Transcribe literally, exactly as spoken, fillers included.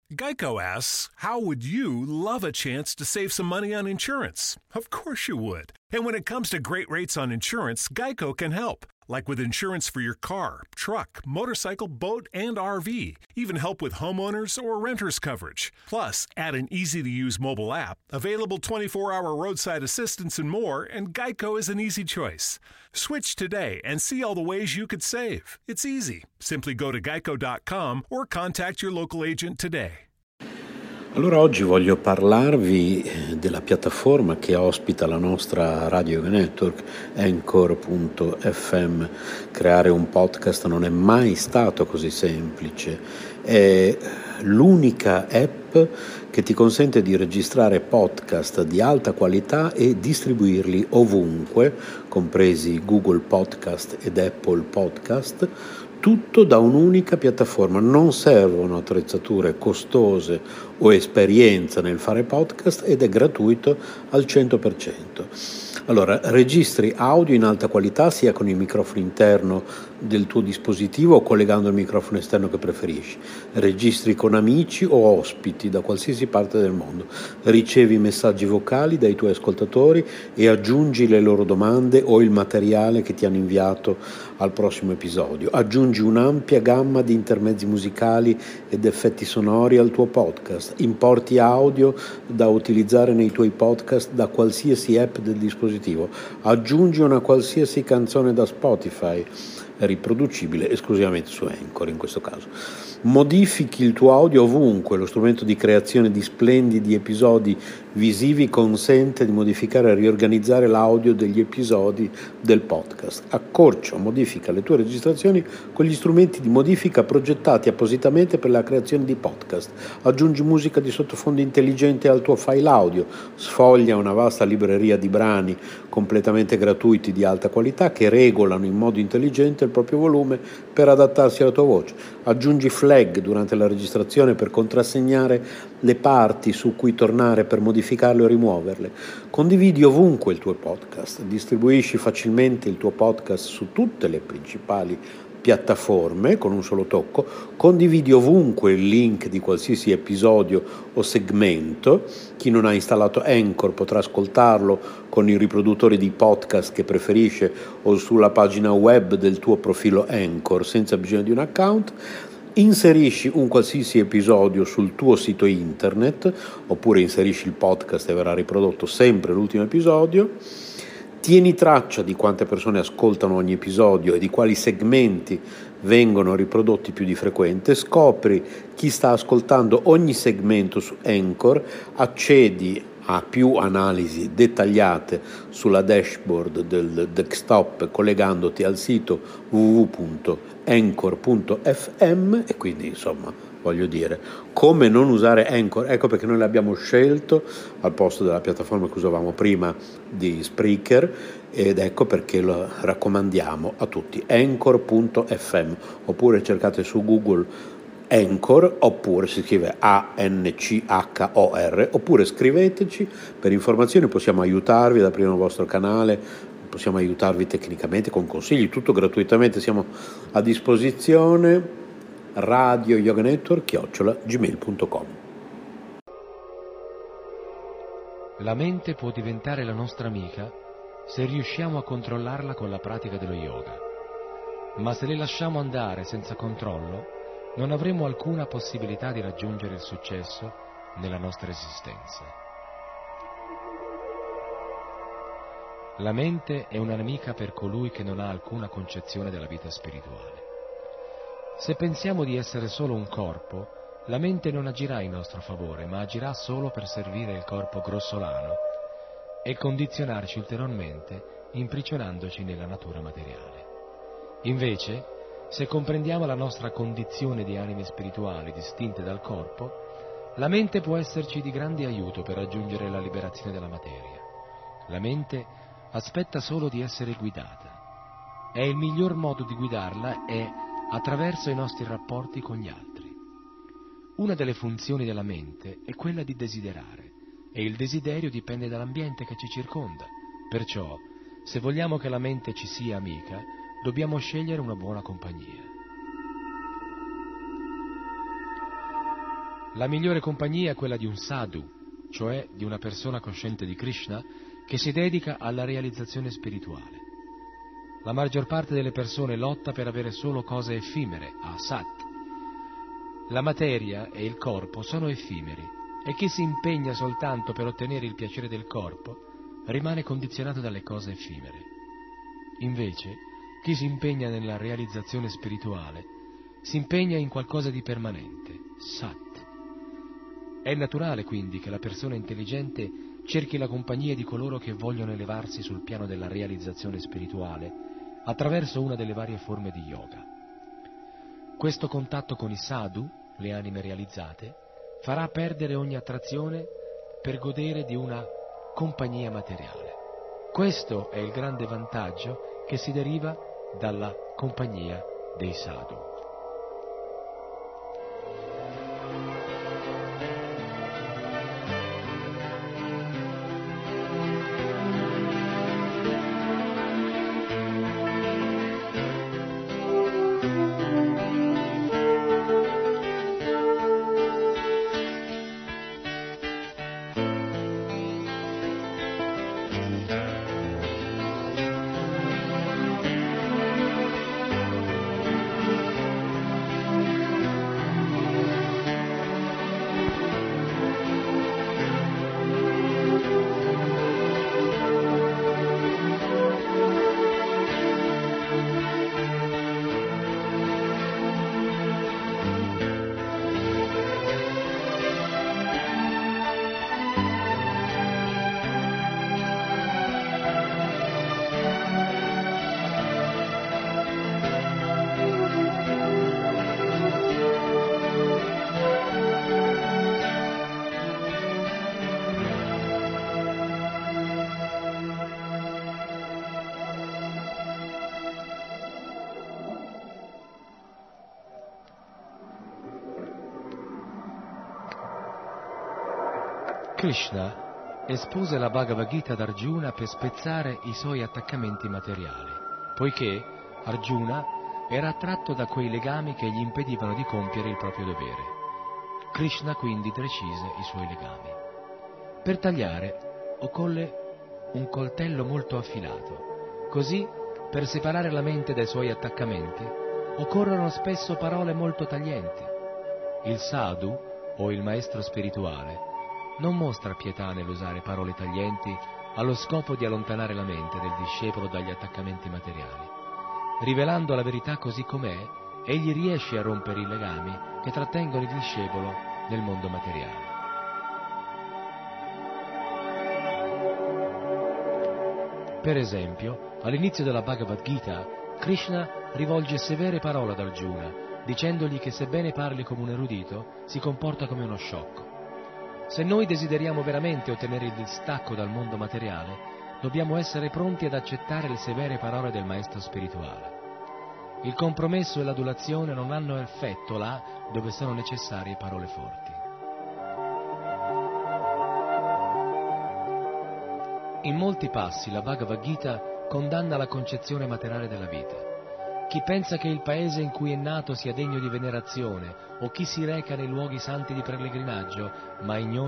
Geico asks, how would you love a chance to save some money on insurance? Of course you would. And when it comes to great rates on insurance, Geico can help. Like with insurance for your car, truck, motorcycle, boat, and R V. Even help with homeowners or renters coverage. Plus, add an easy-to-use mobile app, available twenty-four hour roadside assistance and more, and Geico is an easy choice. Switch today and see all the ways you could save. It's easy. Simply go to geico dot com or contact your local agent today. Allora oggi voglio parlarvi della piattaforma che ospita la nostra Radio Network, Anchor punto effe emme. Creare un podcast non è mai stato così semplice. È l'unica app che ti consente di registrare podcast di alta qualità e distribuirli ovunque, compresi Google Podcast ed Apple Podcast, tutto da un'unica piattaforma. Non servono attrezzature costose o esperienza nel fare podcast ed è gratuito al cento per cento. Allora, registri audio in alta qualità sia con il microfono interno del tuo dispositivo o collegando il microfono esterno che preferisci. Registri con amici o ospiti da qualsiasi parte del mondo. Ricevi messaggi vocali dai tuoi ascoltatori e aggiungi le loro domande o il materiale che ti hanno inviato al prossimo episodio. Aggiungi un'ampia gamma di intermezzi musicali ed effetti sonori al tuo podcast. Importi audio da utilizzare nei tuoi podcast da qualsiasi app del dispositivo. Aggiungi una qualsiasi canzone da Spotify, riproducibile esclusivamente su Anchor in questo caso. Modifichi il tuo audio ovunque. Lo strumento di creazione di splendidi episodi visivi consente di modificare e riorganizzare l'audio degli episodi del podcast. Accorcia o modifica le tue registrazioni con gli strumenti di modifica progettati appositamente per la creazione di podcast. Aggiungi musica di sottofondo intelligente al tuo file audio. Sfoglia una vasta libreria di brani completamente gratuiti di alta qualità che regolano in modo intelligente il proprio volume per adattarsi alla tua voce. Aggiungi flag durante la registrazione per contrassegnare le parti su cui tornare per modificarle o rimuoverle. Condividi ovunque il tuo podcast. Distribuisci facilmente il tuo podcast su tutte le principali piattaforme con un solo tocco. Condividi ovunque il link di qualsiasi episodio o segmento. Chi non ha installato Anchor potrà ascoltarlo con i riproduttori di podcast che preferisce o sulla pagina web del tuo profilo Anchor senza bisogno di un account. Inserisci un qualsiasi episodio sul tuo sito internet oppure inserisci il podcast e verrà riprodotto sempre l'ultimo episodio. Tieni traccia di quante persone ascoltano ogni episodio e di quali segmenti vengono riprodotti più di frequente. Scopri chi sta ascoltando ogni segmento su Anchor, accedi a più analisi dettagliate sulla dashboard del desktop collegandoti al sito w w w punto anchor punto effe emme e quindi insomma voglio dire come non usare Anchor. Ecco perché noi l'abbiamo scelto al posto della piattaforma che usavamo prima di Spreaker ed ecco perché lo raccomandiamo a tutti. Anchor punto effe emme oppure cercate su Google Anchor oppure si scrive A N C H O R oppure scriveteci per informazioni, possiamo aiutarvi ad aprire un vostro canale, possiamo aiutarvi tecnicamente con consigli, tutto gratuitamente, siamo a disposizione. Radio Yoga Network chiocciola gmail punto com. La mente può diventare la nostra amica se riusciamo a controllarla con la pratica dello yoga, ma se le lasciamo andare senza controllo non avremo alcuna possibilità di raggiungere il successo nella nostra esistenza. La mente è una nemica per colui che non ha alcuna concezione della vita spirituale. Se pensiamo di essere solo un corpo, la mente non agirà in nostro favore, ma agirà solo per servire il corpo grossolano e condizionarci ulteriormente, imprigionandoci nella natura materiale. Invece, se comprendiamo la nostra condizione di anime spirituali distinte dal corpo, la mente può esserci di grande aiuto per raggiungere la liberazione della materia. La mente aspetta solo di essere guidata e il miglior modo di guidarla è attraverso i nostri rapporti con gli altri. Una delle funzioni della mente è quella di desiderare e il desiderio dipende dall'ambiente che ci circonda. Perciò, se vogliamo che la mente ci sia amica, dobbiamo scegliere una buona compagnia. La migliore compagnia è quella di un sadhu, cioè di una persona cosciente di Krishna che si dedica alla realizzazione spirituale. La maggior parte delle persone lotta per avere solo cose effimere, asat. La materia e il corpo sono effimeri e chi si impegna soltanto per ottenere il piacere del corpo rimane condizionato dalle cose effimere. Invece, chi si impegna nella realizzazione spirituale si impegna in qualcosa di permanente, sat. È naturale quindi che la persona intelligente cerchi la compagnia di coloro che vogliono elevarsi sul piano della realizzazione spirituale attraverso una delle varie forme di yoga. Questo contatto con i sadhu, le anime realizzate, farà perdere ogni attrazione per godere di una compagnia materiale. Questo è il grande vantaggio che si deriva dalla compagnia dei sadhu. Krishna espose la Bhagavad Gita ad Arjuna per spezzare i suoi attaccamenti materiali, poiché Arjuna era attratto da quei legami che gli impedivano di compiere il proprio dovere. Krishna quindi recise i suoi legami. Per tagliare occorre un coltello molto affilato, così per separare la mente dai suoi attaccamenti occorrono spesso parole molto taglienti. Il sadhu, o il maestro spirituale, non mostra pietà nell'usare parole taglienti allo scopo di allontanare la mente del discepolo dagli attaccamenti materiali. Rivelando la verità così com'è, egli riesce a rompere i legami che trattengono il discepolo nel mondo materiale. Per esempio, all'inizio della Bhagavad Gita, Krishna rivolge severe parole ad Arjuna, dicendogli che sebbene parli come un erudito, si comporta come uno sciocco. Se noi desideriamo veramente ottenere il distacco dal mondo materiale, dobbiamo essere pronti ad accettare le severe parole del maestro spirituale. Il compromesso e l'adulazione non hanno effetto là dove sono necessarie parole forti. In molti passi la Bhagavad Gita condanna la concezione materiale della vita. Chi pensa che il paese in cui è nato sia degno di venerazione, o chi si reca nei luoghi santi di pellegrinaggio, ma ignora